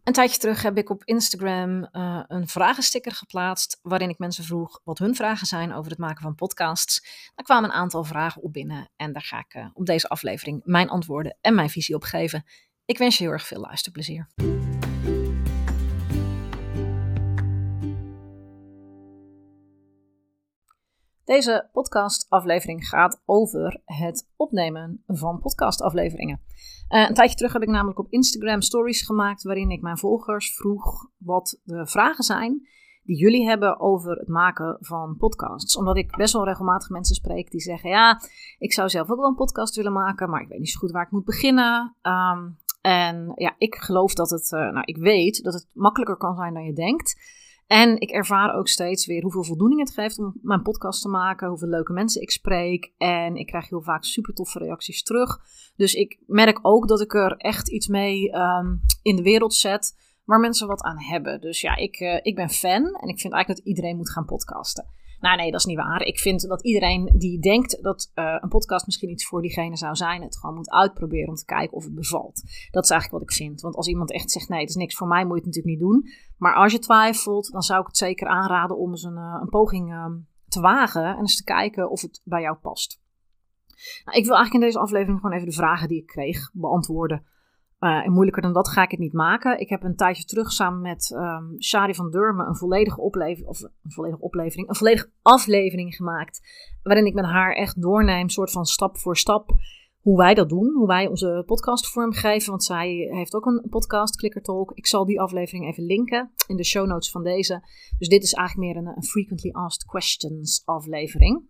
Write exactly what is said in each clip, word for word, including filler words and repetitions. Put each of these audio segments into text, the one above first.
Een tijdje terug heb ik op Instagram uh, een vragensticker geplaatst waarin ik mensen vroeg wat hun vragen zijn over het maken van podcasts. Daar kwamen een aantal vragen op binnen en daar ga ik uh, op deze aflevering mijn antwoorden en mijn visie op geven. Ik wens je heel erg veel luisterplezier. Deze podcastaflevering gaat over het opnemen van podcastafleveringen. Uh, een tijdje terug heb ik namelijk op Instagram stories gemaakt waarin ik mijn volgers vroeg wat de vragen zijn die jullie hebben over het maken van podcasts. Omdat ik best wel regelmatig mensen spreek die zeggen, ja, ik zou zelf ook wel een podcast willen maken, maar ik weet niet zo goed waar ik moet beginnen. Um, en ja, ik geloof dat het, uh, nou ik weet dat het makkelijker kan zijn dan je denkt. En ik ervaar ook steeds weer hoeveel voldoening het geeft om mijn podcast te maken. Hoeveel leuke mensen ik spreek. En ik krijg heel vaak super toffe reacties terug. Dus ik merk ook dat ik er echt iets mee um, in de wereld zet waar mensen wat aan hebben. Dus ja, ik, uh, ik ben fan en ik vind eigenlijk dat iedereen moet gaan podcasten. Nou nee, dat is niet waar. Ik vind dat iedereen die denkt dat uh, een podcast misschien iets voor diegene zou zijn, het gewoon moet uitproberen om te kijken of het bevalt. Dat is eigenlijk wat ik vind. Want als iemand echt zegt, nee, het is niks voor mij, moet je het natuurlijk niet doen. Maar als je twijfelt, dan zou ik het zeker aanraden om eens een, uh, een poging uh, te wagen en eens te kijken of het bij jou past. Nou, ik wil eigenlijk in deze aflevering gewoon even de vragen die ik kreeg beantwoorden. Uh, en moeilijker dan dat ga ik het niet maken. Ik heb een tijdje terug samen met um, Shari van Durmen een volledige oplevering, of een volledige oplevering, een volledige aflevering gemaakt. Waarin ik met haar echt doorneem, soort van stap voor stap, hoe wij dat doen. Hoe wij onze podcast vormgeven. Want zij heeft ook een podcast, Clicker Talk. Ik zal die aflevering even linken in de show notes van deze. Dus dit is eigenlijk meer een, een Frequently Asked Questions aflevering.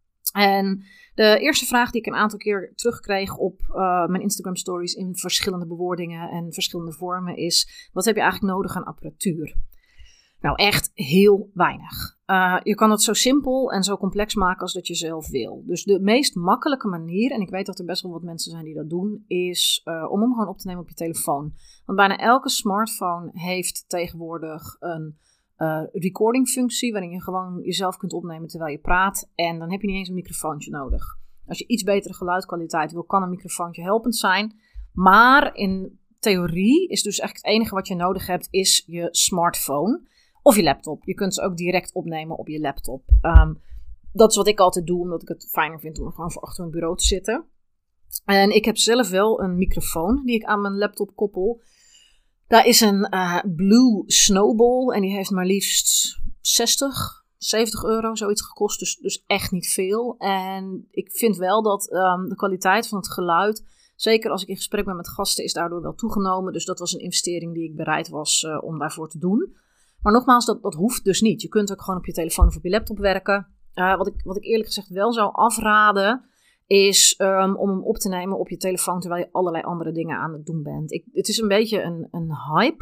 En de eerste vraag die ik een aantal keer terugkreeg op uh, mijn Instagram stories in verschillende bewoordingen en verschillende vormen is, wat heb je eigenlijk nodig aan apparatuur? Nou, echt heel weinig. Uh, je kan het zo simpel en zo complex maken als dat je zelf wil. Dus de meest makkelijke manier, en ik weet dat er best wel wat mensen zijn die dat doen, is uh, om hem gewoon op te nemen op je telefoon. Want bijna elke smartphone heeft tegenwoordig een Uh, recording functie waarin je gewoon jezelf kunt opnemen terwijl je praat en dan heb je niet eens een microfoontje nodig. Als je iets betere geluidkwaliteit wil, kan een microfoontje helpend zijn. Maar in theorie is dus eigenlijk het enige wat je nodig hebt is je smartphone of je laptop. Je kunt ze ook direct opnemen op je laptop. Um, dat is wat ik altijd doe, omdat ik het fijner vind om er gewoon voor achter mijn bureau te zitten. En ik heb zelf wel een microfoon die ik aan mijn laptop koppel. Daar is een uh, Blue Snowball en die heeft maar liefst zestig, zeventig euro zoiets gekost. Dus, dus echt niet veel. En ik vind wel dat um, de kwaliteit van het geluid, zeker als ik in gesprek ben met gasten, is daardoor wel toegenomen. Dus dat was een investering die ik bereid was uh, om daarvoor te doen. Maar nogmaals, dat, dat hoeft dus niet. Je kunt ook gewoon op je telefoon of op je laptop werken. Uh, wat, ik, wat ik eerlijk gezegd wel zou afraden, is um, om hem op te nemen op je telefoon terwijl je allerlei andere dingen aan het doen bent. Ik, het is een beetje een, een hype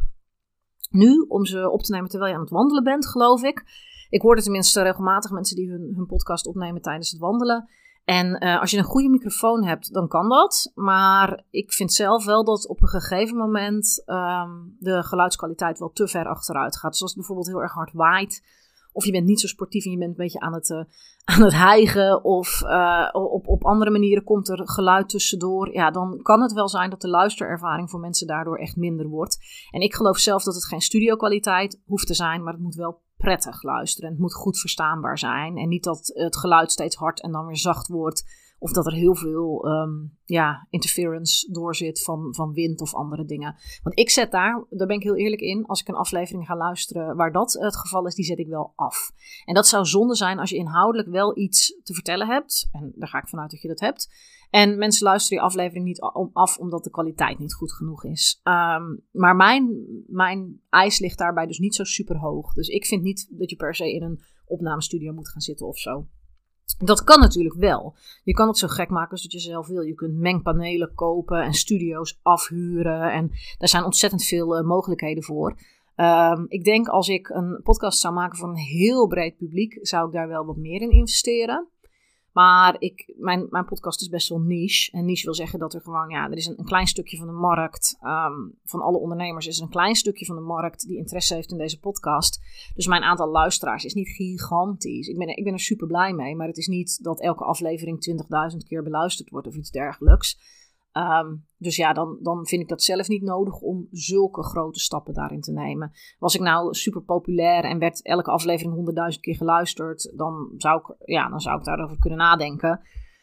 nu om ze op te nemen terwijl je aan het wandelen bent, geloof ik. Ik hoorde tenminste regelmatig mensen die hun, hun podcast opnemen tijdens het wandelen. En uh, als je een goede microfoon hebt, dan kan dat. Maar ik vind zelf wel dat op een gegeven moment um, de geluidskwaliteit wel te ver achteruit gaat. Dus als het bijvoorbeeld heel erg hard waait, of je bent niet zo sportief en je bent een beetje aan het, uh, aan het hijgen. Of uh, op, op andere manieren komt er geluid tussendoor. Ja, dan kan het wel zijn dat de luisterervaring voor mensen daardoor echt minder wordt. En ik geloof zelf dat het geen studiokwaliteit hoeft te zijn. Maar het moet wel prettig luisteren. En het moet goed verstaanbaar zijn. En niet dat het geluid steeds hard en dan weer zacht wordt. Of dat er heel veel um, ja, interference door zit van, van wind of andere dingen. Want ik zet daar, daar ben ik heel eerlijk in, als ik een aflevering ga luisteren waar dat het geval is, die zet ik wel af. En dat zou zonde zijn als je inhoudelijk wel iets te vertellen hebt. En daar ga ik vanuit dat je dat hebt. En mensen luisteren die aflevering niet af omdat de kwaliteit niet goed genoeg is. Um, maar mijn, mijn eis ligt daarbij dus niet zo super hoog. Dus ik vind niet dat je per se in een opnamestudio moet gaan zitten of zo. Dat kan natuurlijk wel. Je kan het zo gek maken als dat je zelf wil. Je kunt mengpanelen kopen en studio's afhuren. En daar zijn ontzettend veel uh, mogelijkheden voor. Um, ik denk als ik een podcast zou maken voor een heel breed publiek, zou ik daar wel wat meer in investeren. Maar ik, mijn, mijn podcast is best wel niche. En niche wil zeggen dat er gewoon, ja, er is een, een klein stukje van de markt. Um, van alle ondernemers is er een klein stukje van de markt die interesse heeft in deze podcast. Dus mijn aantal luisteraars is niet gigantisch. Ik ben, ik ben er super blij mee. Maar het is niet dat elke aflevering twintigduizend keer beluisterd wordt of iets dergelijks. Um, dus ja, dan, dan vind ik dat zelf niet nodig om zulke grote stappen daarin te nemen. Was ik nou super populair en werd elke aflevering honderdduizend keer geluisterd, dan zou ik, ja, dan zou ik daarover kunnen nadenken.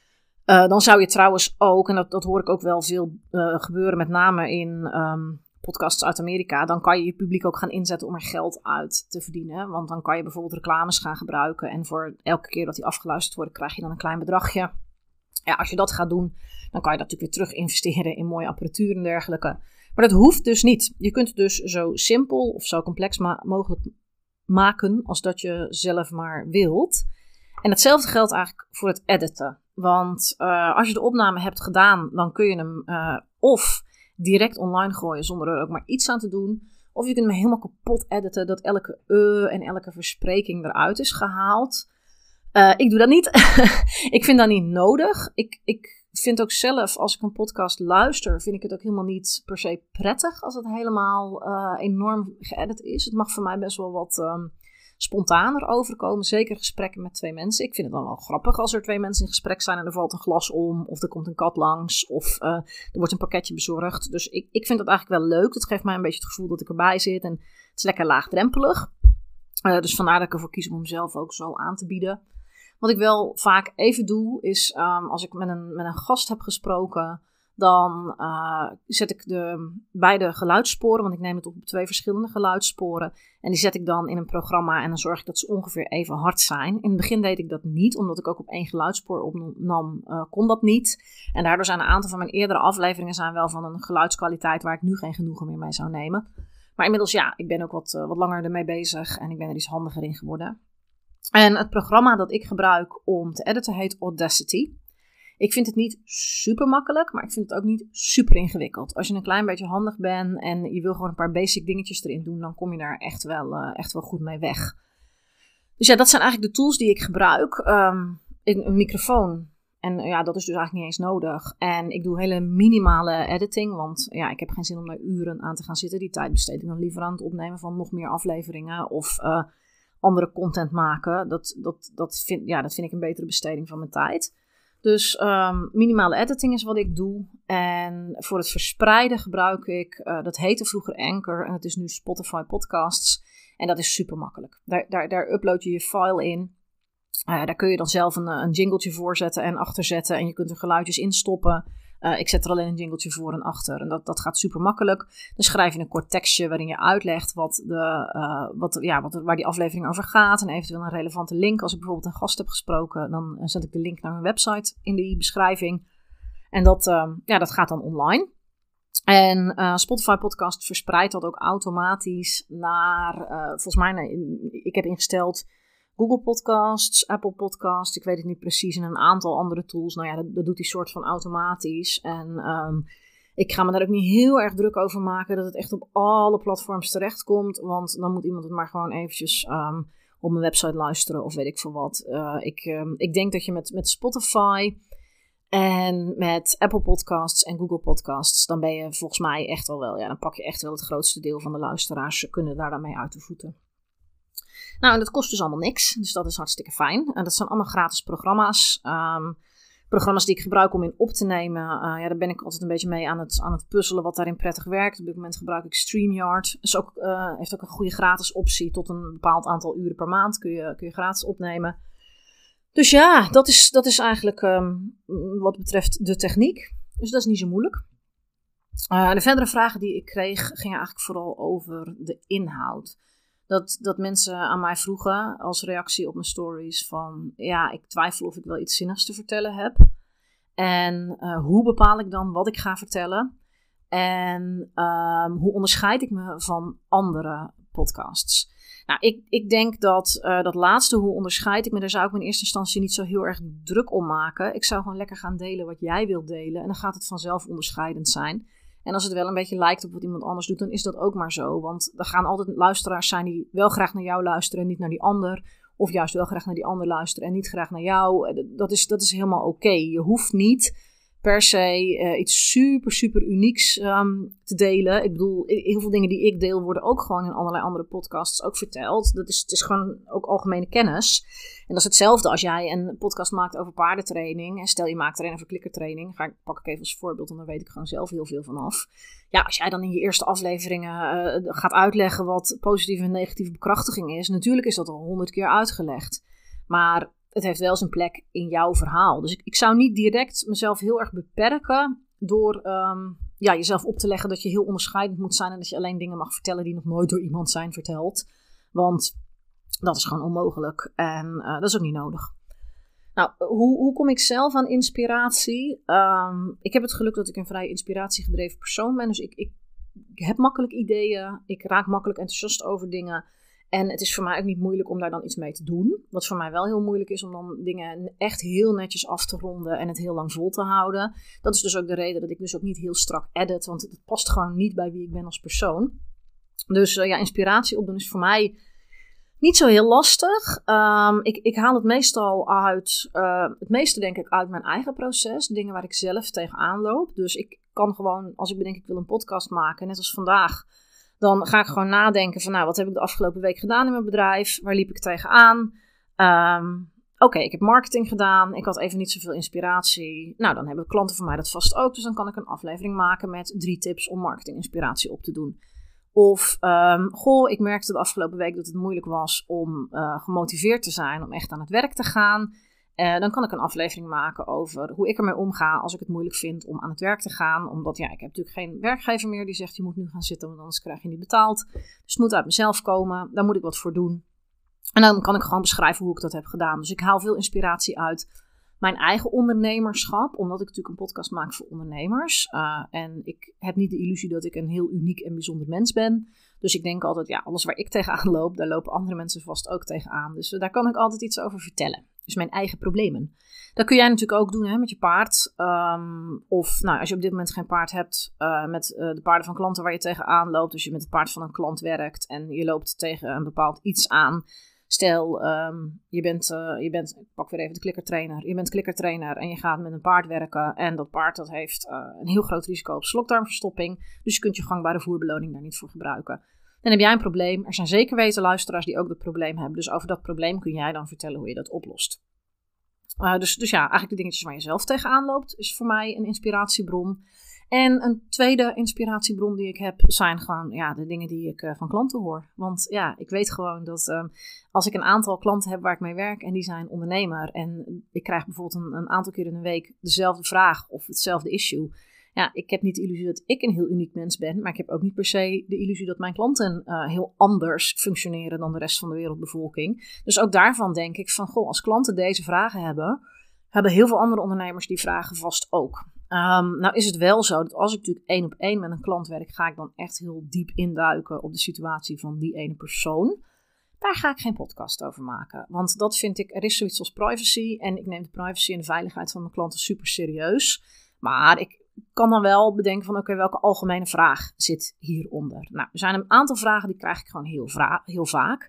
Uh, dan zou je trouwens ook, en dat, dat hoor ik ook wel veel uh, gebeuren, met name in um, podcasts uit Amerika, dan kan je je publiek ook gaan inzetten om er geld uit te verdienen. Want dan kan je bijvoorbeeld reclames gaan gebruiken en voor elke keer dat die afgeluisterd worden, krijg je dan een klein bedragje. Ja, als je dat gaat doen, dan kan je dat natuurlijk weer terug investeren in mooie apparatuur en dergelijke. Maar dat hoeft dus niet. Je kunt het dus zo simpel of zo complex ma- mogelijk maken als dat je zelf maar wilt. En hetzelfde geldt eigenlijk voor het editen. Want uh, als je de opname hebt gedaan, dan kun je hem uh, of direct online gooien zonder er ook maar iets aan te doen. Of je kunt hem helemaal kapot editen, dat elke uh en elke verspreking eruit is gehaald. Uh, ik doe dat niet. Ik vind dat niet nodig. Ik, ik vind ook zelf, als ik een podcast luister, vind ik het ook helemaal niet per se prettig als het helemaal uh, enorm geëdit is. Het mag voor mij best wel wat um, spontaner overkomen. Zeker gesprekken met twee mensen. Ik vind het dan wel grappig als er twee mensen in gesprek zijn en er valt een glas om, of er komt een kat langs, of uh, er wordt een pakketje bezorgd. Dus ik, ik vind dat eigenlijk wel leuk. Dat geeft mij een beetje het gevoel dat ik erbij zit en het is lekker laagdrempelig. Uh, dus vandaar dat ik ervoor kies om hem zelf ook zo aan te bieden. Wat ik wel vaak even doe, is um, als ik met een, met een gast heb gesproken, dan uh, zet ik de beide geluidssporen, want ik neem het op twee verschillende geluidssporen. En die zet ik dan in een programma en dan zorg ik dat ze ongeveer even hard zijn. In het begin deed ik dat niet, omdat ik ook op één geluidsspoor opnam, uh, kon dat niet. En daardoor zijn een aantal van mijn eerdere afleveringen zijn wel van een geluidskwaliteit waar ik nu geen genoegen meer mee zou nemen. Maar inmiddels ja, ik ben ook wat, uh, wat langer ermee bezig en ik ben er iets handiger in geworden. En het programma dat ik gebruik om te editen heet Audacity. Ik vind het niet super makkelijk, maar ik vind het ook niet super ingewikkeld. Als je een klein beetje handig bent en je wil gewoon een paar basic dingetjes erin doen, dan kom je daar echt wel, uh, echt wel goed mee weg. Dus ja, dat zijn eigenlijk de tools die ik gebruik. Um, een microfoon. En ja, dat is dus eigenlijk niet eens nodig. En ik doe hele minimale editing, want ja, ik heb geen zin om daar uren aan te gaan zitten. Die tijd besteed ik dan liever aan het opnemen van nog meer afleveringen of uh, andere content maken. Dat, dat, dat, vind, ja, dat vind ik een betere besteding van mijn tijd. Dus um, minimale editing is wat ik doe. En voor het verspreiden gebruik ik, uh, dat heette vroeger Anchor en het is nu Spotify Podcasts. En dat is super makkelijk. Daar, daar, daar upload je je file in. Uh, daar kun je dan zelf een, een jingletje voor zetten en achter zetten. En je kunt er geluidjes in stoppen. Uh, ik zet er alleen een jingletje voor en achter. En dat, dat gaat super makkelijk. Dan schrijf je een kort tekstje waarin je uitlegt wat de, uh, wat, ja, wat, waar die aflevering over gaat. En eventueel een relevante link. Als ik bijvoorbeeld een gast heb gesproken, dan zet ik de link naar mijn website in die beschrijving. En dat, uh, ja, dat gaat dan online. En uh, Spotify Podcast verspreidt dat ook automatisch naar, uh, volgens mij, nee, ik heb ingesteld Google Podcasts, Apple Podcasts, ik weet het niet precies, en een aantal andere tools. Nou ja, dat, dat doet die soort van automatisch. En um, ik ga me daar ook niet heel erg druk over maken dat het echt op alle platforms terechtkomt. Want dan moet iemand het maar gewoon eventjes um, op mijn website luisteren of weet ik veel wat. Uh, ik, um, ik denk dat je met, met Spotify en met Apple Podcasts en Google Podcasts, dan ben je volgens mij echt wel wel, ja, dan pak je echt wel het grootste deel van de luisteraars, kunnen daar dan mee uit de voeten. Nou, en dat kost dus allemaal niks, dus dat is hartstikke fijn. En dat zijn allemaal gratis programma's. Um, programma's die ik gebruik om in op te nemen. Uh, ja, daar ben ik altijd een beetje mee aan het, aan het puzzelen wat daarin prettig werkt. Op dit moment gebruik ik StreamYard. Is ook, uh, heeft ook een goede gratis optie. Tot een bepaald aantal uren per maand kun je, kun je gratis opnemen. Dus ja, dat is, dat is eigenlijk um, wat betreft de techniek. Dus dat is niet zo moeilijk. Uh, de verdere vragen die ik kreeg gingen eigenlijk vooral over de inhoud. Dat, dat mensen aan mij vroegen als reactie op mijn stories van, ja, ik twijfel of ik wel iets zinnigs te vertellen heb. En uh, hoe bepaal ik dan wat ik ga vertellen? En um, hoe onderscheid ik me van andere podcasts? Nou, ik, ik denk dat uh, dat laatste, hoe onderscheid ik me, daar zou ik me in eerste instantie niet zo heel erg druk om maken. Ik zou gewoon lekker gaan delen wat jij wilt delen en dan gaat het vanzelf onderscheidend zijn. En als het wel een beetje lijkt op wat iemand anders doet, dan is dat ook maar zo. Want er gaan altijd luisteraars zijn die wel graag naar jou luisteren en niet naar die ander. Of juist wel graag naar die ander luisteren en niet graag naar jou. Dat is, dat is helemaal oké. Okay. Je hoeft niet per se uh, iets super, super unieks um, te delen. Ik bedoel, heel veel dingen die ik deel worden ook gewoon in allerlei andere podcasts ook verteld. Dat is, het is gewoon ook algemene kennis. En dat is hetzelfde als jij een podcast maakt over paardentraining. En stel je maakt er een over klikkertraining. Ga ik, pak ik even als voorbeeld, en daar weet ik gewoon zelf heel veel van af. Ja, als jij dan in je eerste afleveringen uh, gaat uitleggen wat positieve en negatieve bekrachtiging is. Natuurlijk is dat al honderd keer uitgelegd. Maar het heeft wel zijn plek in jouw verhaal. Dus ik, ik zou niet direct mezelf heel erg beperken door um, ja, jezelf op te leggen dat je heel onderscheidend moet zijn en dat je alleen dingen mag vertellen die nog nooit door iemand zijn verteld. Want dat is gewoon onmogelijk en uh, dat is ook niet nodig. Nou, hoe, hoe kom ik zelf aan inspiratie? Um, ik heb het geluk dat ik een vrij inspiratiegedreven persoon ben. Dus ik, ik, ik heb makkelijk ideeën. Ik raak makkelijk enthousiast over dingen. En het is voor mij ook niet moeilijk om daar dan iets mee te doen. Wat voor mij wel heel moeilijk is om dan dingen echt heel netjes af te ronden en het heel lang vol te houden. Dat is dus ook de reden dat ik dus ook niet heel strak edit, want het past gewoon niet bij wie ik ben als persoon. Dus uh, ja, inspiratie opdoen is voor mij niet zo heel lastig. Um, ik, ik haal het meestal uit, uh, het meeste denk ik uit mijn eigen proces. Dingen waar ik zelf tegenaan loop. Dus ik kan gewoon, als ik bedenk ik wil een podcast maken, net als vandaag, dan ga ik gewoon nadenken van nou, wat heb ik de afgelopen week gedaan in mijn bedrijf? Waar liep ik tegenaan? Um, Oké, okay, ik heb marketing gedaan. Ik had even niet zoveel inspiratie. Nou, dan hebben klanten van mij dat vast ook. Dus dan kan ik een aflevering maken met drie tips om marketinginspiratie op te doen. Of, um, goh, ik merkte de afgelopen week dat het moeilijk was om uh, gemotiveerd te zijn, om echt aan het werk te gaan. Uh, dan kan ik een aflevering maken over hoe ik ermee omga als ik het moeilijk vind om aan het werk te gaan. Omdat ja, ik heb natuurlijk geen werkgever meer die zegt je moet nu gaan zitten, want anders krijg je niet betaald. Dus het moet uit mezelf komen, daar moet ik wat voor doen. En dan kan ik gewoon beschrijven hoe ik dat heb gedaan. Dus ik haal veel inspiratie uit mijn eigen ondernemerschap, omdat ik natuurlijk een podcast maak voor ondernemers. Uh, en ik heb niet de illusie dat ik een heel uniek en bijzonder mens ben. Dus ik denk altijd, ja, alles waar ik tegenaan loop, daar lopen andere mensen vast ook tegenaan. Dus uh, daar kan ik altijd iets over vertellen. Dus mijn eigen problemen. Dat kun jij natuurlijk ook doen hè, met je paard. Um, of nou, als je op dit moment geen paard hebt, uh, met uh, de paarden van klanten waar je tegenaan loopt. Dus je met het paard van een klant werkt en je loopt tegen een bepaald iets aan. Stel, um, je bent, uh, je bent, ik pak weer even de klikkertrainer. Je bent klikkertrainer en je gaat met een paard werken. En dat paard dat heeft uh, een heel groot risico op slokdarmverstopping. Dus je kunt je gangbare voerbeloning daar niet voor gebruiken. Dan heb jij een probleem. Er zijn zeker weten luisteraars die ook dat probleem hebben. Dus over dat probleem kun jij dan vertellen hoe je dat oplost. Uh, dus, dus ja, eigenlijk de dingetjes waar je zelf tegenaan loopt is voor mij een inspiratiebron. En een tweede inspiratiebron die ik heb zijn gewoon ja, de dingen die ik uh, van klanten hoor. Want ja, ik weet gewoon dat um, als ik een aantal klanten heb waar ik mee werk en die zijn ondernemer. En ik krijg bijvoorbeeld een, een aantal keer in een week dezelfde vraag of hetzelfde issue. Ja, ik heb niet de illusie dat ik een heel uniek mens ben. Maar ik heb ook niet per se de illusie dat mijn klanten uh, heel anders functioneren dan de rest van de wereldbevolking. Dus ook daarvan denk ik van, goh, als klanten deze vragen hebben, hebben heel veel andere ondernemers die vragen vast ook. Um, nou is het wel zo dat als ik natuurlijk één op één met een klant werk, ga ik dan echt heel diep induiken op de situatie van die ene persoon. Daar ga ik geen podcast over maken. Want dat vind ik, er is zoiets als privacy. En ik neem de privacy en de veiligheid van mijn klanten super serieus. Maar ik kan dan wel bedenken van oké, okay, welke algemene vraag zit hieronder? Nou, er zijn een aantal vragen die krijg ik gewoon heel, vra- heel vaak.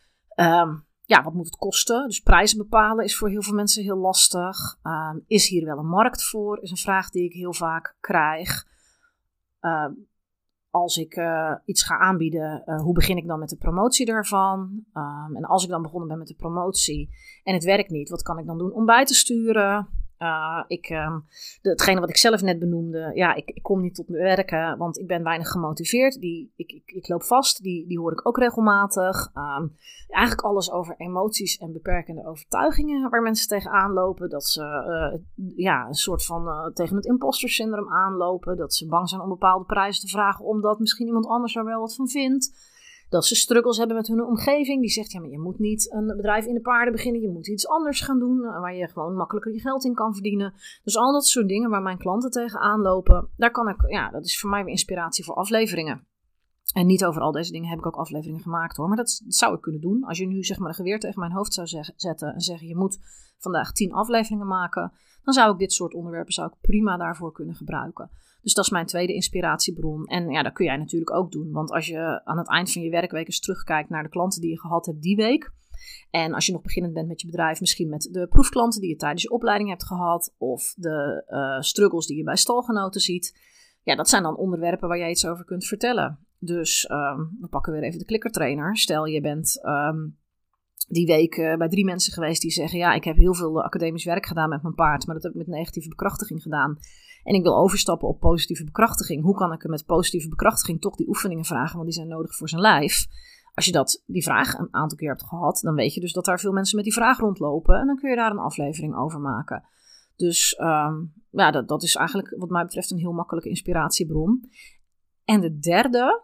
Um, ja, wat moet het kosten? Dus prijzen bepalen is voor heel veel mensen heel lastig. Um, is hier wel een markt voor? Is een vraag die ik heel vaak krijg. Uh, als ik uh, iets ga aanbieden, uh, hoe begin ik dan met de promotie daarvan? Um, en als ik dan begonnen ben met de promotie en het werkt niet, wat kan ik dan doen om bij te sturen? Uh, ik, um, de, hetgene wat ik zelf net benoemde, ja, ik, ik kom niet tot werken, want ik ben weinig gemotiveerd. Die, ik, ik, ik loop vast, die, die hoor ik ook regelmatig. Um, eigenlijk alles over emoties en beperkende overtuigingen waar mensen tegenaan lopen. Dat ze uh, ja, een soort van uh, tegen het imposter syndroom aanlopen. Dat ze bang zijn om bepaalde prijzen te vragen, omdat misschien iemand anders er wel wat van vindt. Dat ze struggles hebben met hun omgeving. Die zegt, ja, maar je moet niet een bedrijf in de paarden beginnen. Je moet iets anders gaan doen, waar je gewoon makkelijker je geld in kan verdienen. Dus al dat soort dingen waar mijn klanten tegenaan lopen, daar kan ik, ja, dat is voor mij weer inspiratie voor afleveringen. En niet over al deze dingen heb ik ook afleveringen gemaakt hoor. Maar dat, dat zou ik kunnen doen. Als je nu zeg maar een geweer tegen mijn hoofd zou zeg, zetten en zeggen, je moet vandaag tien afleveringen maken, dan zou ik dit soort onderwerpen zou ik prima daarvoor kunnen gebruiken. Dus dat is mijn tweede inspiratiebron. En ja, dat kun jij natuurlijk ook doen. Want als je aan het eind van je werkweek eens terugkijkt naar de klanten die je gehad hebt die week, En als je nog beginnend bent met je bedrijf, misschien met de proefklanten die je tijdens je opleiding hebt gehad, of de uh, struggles die je bij stalgenoten ziet. Ja, dat zijn dan onderwerpen waar jij iets over kunt vertellen. Dus um, we pakken weer even de klikkertrainer. Stel, je bent um, die week uh, bij drie mensen geweest die zeggen, ja, ik heb heel veel uh, academisch werk gedaan met mijn paard, maar dat heb ik met negatieve bekrachtiging gedaan. En ik wil overstappen op positieve bekrachtiging. Hoe kan ik er met positieve bekrachtiging toch die oefeningen vragen, want die zijn nodig voor zijn lijf. Als je dat, die vraag een aantal keer hebt gehad, dan weet je dus dat daar veel mensen met die vraag rondlopen. En dan kun je daar een aflevering over maken. Dus um, ja, dat, dat is eigenlijk wat mij betreft een heel makkelijke inspiratiebron. En de derde,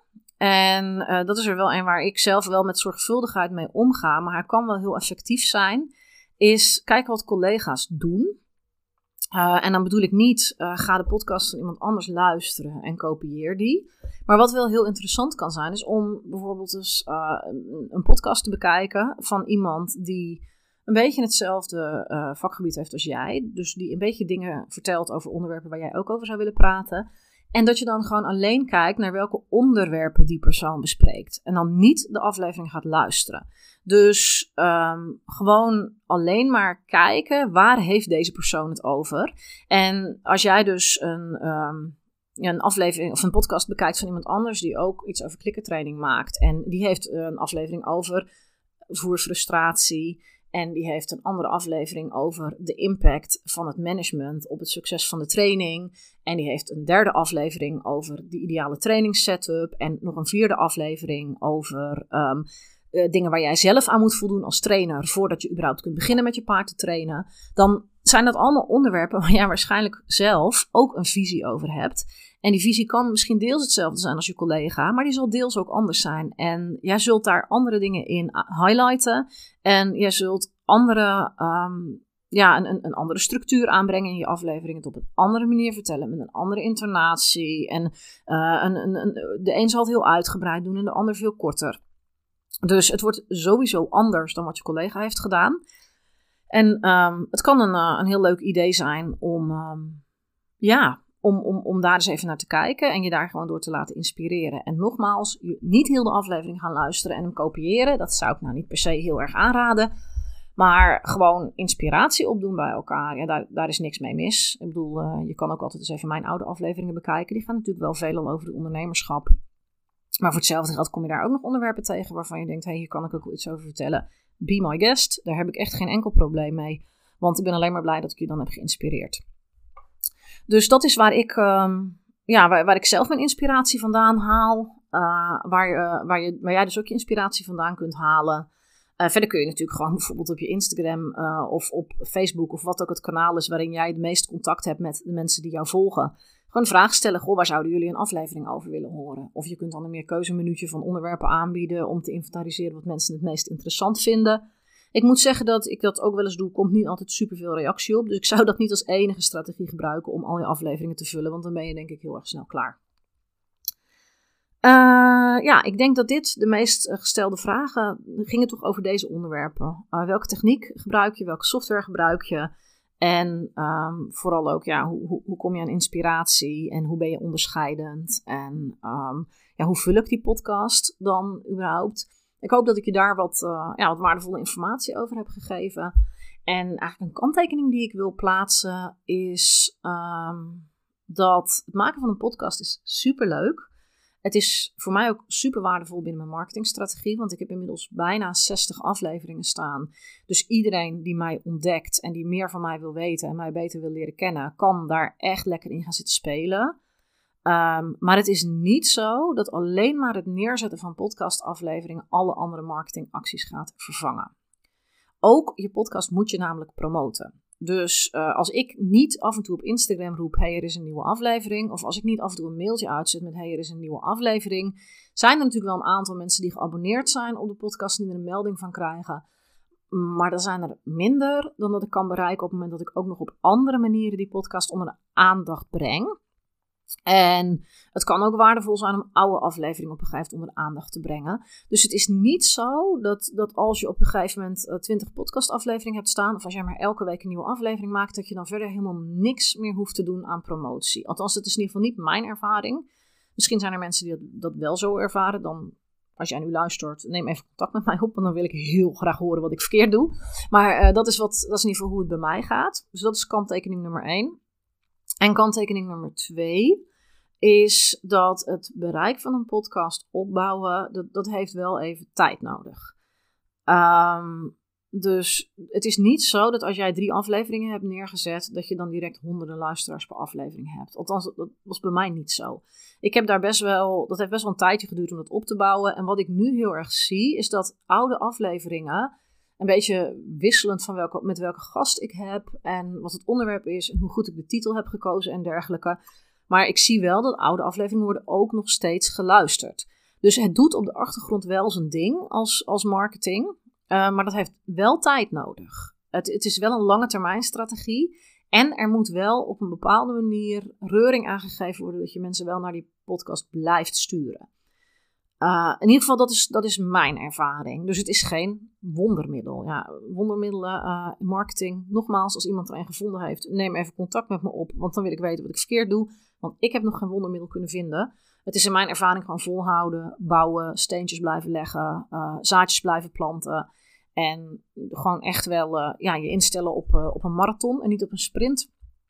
en uh, dat is er wel een waar ik zelf wel met zorgvuldigheid mee omga, maar hij kan wel heel effectief zijn, is kijken wat collega's doen. Uh, en dan bedoel ik niet, uh, ga de podcast van iemand anders luisteren en kopieer die. Maar wat wel heel interessant kan zijn, is om bijvoorbeeld dus uh, een podcast te bekijken van iemand die een beetje hetzelfde uh, vakgebied heeft als jij. Dus die een beetje dingen vertelt over onderwerpen waar jij ook over zou willen praten. En dat je dan gewoon alleen kijkt naar welke onderwerpen die persoon bespreekt. En dan niet de aflevering gaat luisteren. Dus um, gewoon alleen maar kijken, waar heeft deze persoon het over? En als jij dus een, um, een aflevering of een podcast bekijkt van iemand anders die ook iets over klikkertraining maakt. En die heeft een aflevering over voerfrustratie. En die heeft een andere aflevering over de impact van het management op het succes van de training. En die heeft een derde aflevering over de ideale trainingssetup. En nog een vierde aflevering over um, uh, dingen waar jij zelf aan moet voldoen als trainer voordat je überhaupt kunt beginnen met je paard te trainen. Dan zijn dat allemaal onderwerpen waar jij waarschijnlijk zelf ook een visie over hebt. En die visie kan misschien deels hetzelfde zijn als je collega, maar die zal deels ook anders zijn. En jij zult daar andere dingen in highlighten. En jij zult andere, um, ja, een, een, een andere structuur aanbrengen in je aflevering. Het op een andere manier vertellen, met een andere intonatie. En uh, een, een, een, de een zal het heel uitgebreid doen en de ander veel korter. Dus het wordt sowieso anders dan wat je collega heeft gedaan. En um, het kan een, uh, een heel leuk idee zijn om, um, ja... Om, om, om daar eens even naar te kijken en je daar gewoon door te laten inspireren. En nogmaals, je niet heel de aflevering gaan luisteren en hem kopiëren. Dat zou ik nou niet per se heel erg aanraden. Maar gewoon inspiratie opdoen bij elkaar. Ja, daar, daar is niks mee mis. Ik bedoel, uh, je kan ook altijd eens even mijn oude afleveringen bekijken. Die gaan natuurlijk wel veelal over het ondernemerschap. Maar voor hetzelfde geld kom je daar ook nog onderwerpen tegen waarvan je denkt, hé, hey, hier kan ik ook wel iets over vertellen. Be my guest. Daar heb ik echt geen enkel probleem mee. Want ik ben alleen maar blij dat ik je dan heb geïnspireerd. Dus dat is waar ik, um, ja, waar, waar ik zelf mijn inspiratie vandaan haal. Uh, waar, uh, waar, je, waar jij dus ook je inspiratie vandaan kunt halen. Uh, verder kun je natuurlijk gewoon bijvoorbeeld op je Instagram uh, of op Facebook of wat ook het kanaal is waarin jij het meest contact hebt met de mensen die jou volgen. Gewoon een vraag stellen, goh, waar zouden jullie een aflevering over willen horen? Of je kunt dan een meer keuzeminuutje van onderwerpen aanbieden om te inventariseren wat mensen het meest interessant vinden. Ik moet zeggen dat ik dat ook wel eens doe, komt niet altijd superveel reactie op. Dus ik zou dat niet als enige strategie gebruiken om al je afleveringen te vullen, want dan ben je denk ik heel erg snel klaar. Uh, ja, ik denk dat dit de meest gestelde vragen gingen toch over deze onderwerpen. Uh, welke techniek gebruik je, welke software gebruik je? En um, vooral ook, ja, hoe, hoe, hoe kom je aan inspiratie en hoe ben je onderscheidend? En um, ja, hoe vul ik die podcast dan überhaupt? Ik hoop dat ik je daar wat, uh, ja, wat waardevolle informatie over heb gegeven. En eigenlijk een kanttekening die ik wil plaatsen is um, dat het maken van een podcast is superleuk. Het is voor mij ook super waardevol binnen mijn marketingstrategie, want ik heb inmiddels bijna zestig afleveringen staan. Dus iedereen die mij ontdekt en die meer van mij wil weten en mij beter wil leren kennen, kan daar echt lekker in gaan zitten spelen. Um, maar het is niet zo dat alleen maar het neerzetten van podcastafleveringen alle andere marketingacties gaat vervangen. Ook je podcast moet je namelijk promoten. Dus uh, als ik niet af en toe op Instagram roep, hey, er is een nieuwe aflevering. Of als ik niet af en toe een mailtje uitzet met, hey, er is een nieuwe aflevering. Zijn er natuurlijk wel een aantal mensen die geabonneerd zijn op de podcast en die er een melding van krijgen. Maar dan zijn er minder dan dat ik kan bereiken op het moment dat ik ook nog op andere manieren die podcast onder de aandacht breng. En het kan ook waardevol zijn om oude afleveringen op een gegeven moment onder de aandacht te brengen. Dus het is niet zo dat, dat als je op een gegeven moment uh, twintig podcastafleveringen hebt staan, of als jij maar elke week een nieuwe aflevering maakt, dat je dan verder helemaal niks meer hoeft te doen aan promotie. Althans, dat is in ieder geval niet mijn ervaring. Misschien zijn er mensen die dat, dat wel zo ervaren, dan als jij nu luistert, neem even contact met mij op. Want dan wil ik heel graag horen wat ik verkeerd doe. Maar uh, dat, is wat, dat is in ieder geval hoe het bij mij gaat. Dus dat is kanttekening nummer één. En kanttekening nummer twee is dat het bereik van een podcast opbouwen, dat, dat heeft wel even tijd nodig. Um, dus het is niet zo dat als jij drie afleveringen hebt neergezet, dat je dan direct honderden luisteraars per aflevering hebt. Althans, dat was bij mij niet zo. Ik heb daar best wel, dat heeft best wel een tijdje geduurd om dat op te bouwen. En wat ik nu heel erg zie, is dat oude afleveringen, een beetje wisselend van welke, met welke gast ik heb en wat het onderwerp is en hoe goed ik de titel heb gekozen en dergelijke. Maar ik zie wel dat oude afleveringen worden ook nog steeds geluisterd. Dus het doet op de achtergrond wel zijn ding als, als marketing. Uh, maar dat heeft wel tijd nodig. Het, het is wel een lange termijn strategie. En er moet wel op een bepaalde manier reuring aangegeven worden dat je mensen wel naar die podcast blijft sturen. Uh, in ieder geval, dat is, dat is mijn ervaring. Dus het is geen wondermiddel. Ja, wondermiddelen, uh, marketing. Nogmaals, als iemand er een gevonden heeft, neem even contact met me op. Want dan wil ik weten wat ik verkeerd doe. Want ik heb nog geen wondermiddel kunnen vinden. Het is in mijn ervaring gewoon volhouden, bouwen, steentjes blijven leggen, uh, zaadjes blijven planten. En gewoon echt wel uh, ja, je instellen op, uh, op een marathon en niet op een sprint.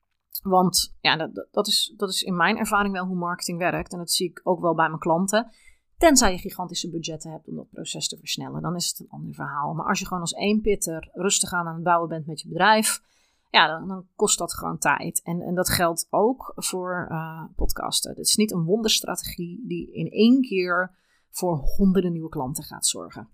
Want ja, dat, dat, is, dat is in mijn ervaring wel hoe marketing werkt. En dat zie ik ook wel bij mijn klanten. Tenzij je gigantische budgetten hebt om dat proces te versnellen, dan is het een ander verhaal. Maar als je gewoon als één pitter rustig aan aan het bouwen bent met je bedrijf, ja, dan, dan kost dat gewoon tijd. En, en dat geldt ook voor uh, podcasten. Het is niet een wonderstrategie die in één keer voor honderden nieuwe klanten gaat zorgen.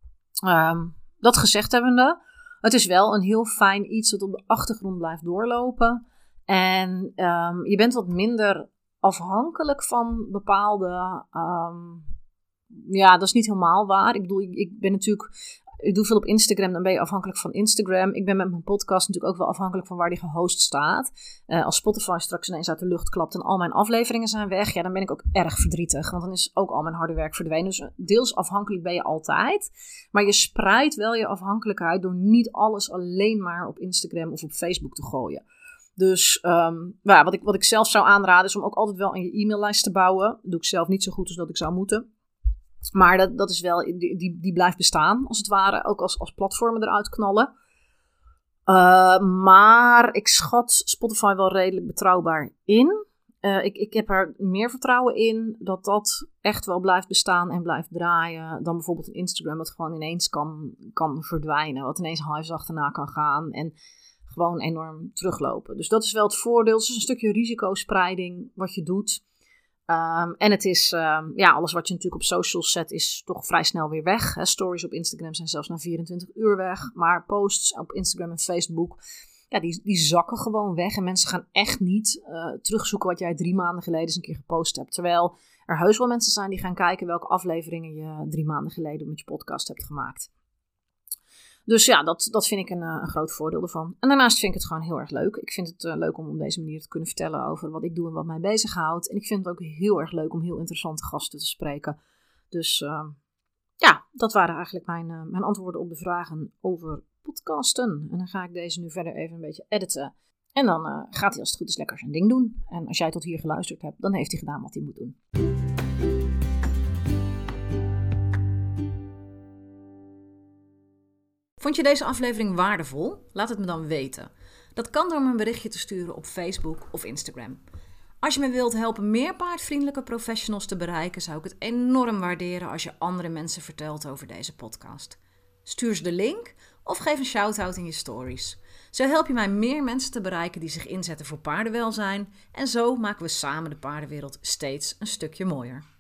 Um, dat gezegd hebbende, het is wel een heel fijn iets dat op de achtergrond blijft doorlopen. En um, je bent wat minder afhankelijk van bepaalde... Um, ja, dat is niet helemaal waar. Ik bedoel, ik, ik ben natuurlijk... Ik doe veel op Instagram, dan ben je afhankelijk van Instagram. Ik ben met mijn podcast natuurlijk ook wel afhankelijk van waar die gehost staat. Uh, als Spotify straks ineens uit de lucht klapt en al mijn afleveringen zijn weg, ja, dan ben ik ook erg verdrietig. Want dan is ook al mijn harde werk verdwenen. Dus deels afhankelijk ben je altijd. Maar je spreidt wel je afhankelijkheid door niet alles alleen maar op Instagram of op Facebook te gooien. Dus um, nou ja, wat, ik, wat ik zelf zou aanraden is om ook altijd wel aan je e-maillijst te bouwen. Dat doe ik zelf niet zo goed als dat ik zou moeten. Maar dat, dat is wel, die, die, die blijft bestaan, als het ware. Ook als, als platformen eruit knallen. Uh, maar ik schat Spotify wel redelijk betrouwbaar in. Uh, ik, ik heb er meer vertrouwen in dat dat echt wel blijft bestaan en blijft draaien. Dan bijvoorbeeld een Instagram dat gewoon ineens kan, kan verdwijnen. Wat ineens hives achterna kan gaan en gewoon enorm teruglopen. Dus dat is wel het voordeel. Het is een stukje risicospreiding wat je doet. Um, en het is, um, ja, alles wat je natuurlijk op socials zet is toch vrij snel weer weg. Hè. Stories op Instagram zijn zelfs na vierentwintig uur weg. Maar posts op Instagram en Facebook, ja, die, die zakken gewoon weg. En mensen gaan echt niet uh, terugzoeken wat jij drie maanden geleden eens een keer gepost hebt. Terwijl er heus wel mensen zijn die gaan kijken welke afleveringen je drie maanden geleden met je podcast hebt gemaakt. Dus ja, dat, dat vind ik een, een groot voordeel ervan. En daarnaast vind ik het gewoon heel erg leuk. Ik vind het uh, leuk om op deze manier te kunnen vertellen over wat ik doe en wat mij bezighoudt. En ik vind het ook heel erg leuk om heel interessante gasten te spreken. Dus uh, ja, dat waren eigenlijk mijn, uh, mijn antwoorden op de vragen over podcasten. En dan ga ik deze nu verder even een beetje editen. En dan uh, gaat hij als het goed is lekker zijn ding doen. En als jij tot hier geluisterd hebt, dan heeft hij gedaan wat hij moet doen. Vond je deze aflevering waardevol? Laat het me dan weten. Dat kan door me een berichtje te sturen op Facebook of Instagram. Als je me wilt helpen meer paardvriendelijke professionals te bereiken, zou ik het enorm waarderen als je andere mensen vertelt over deze podcast. Stuur ze de link of geef een shout-out in je stories. Zo help je mij meer mensen te bereiken die zich inzetten voor paardenwelzijn en zo maken we samen de paardenwereld steeds een stukje mooier.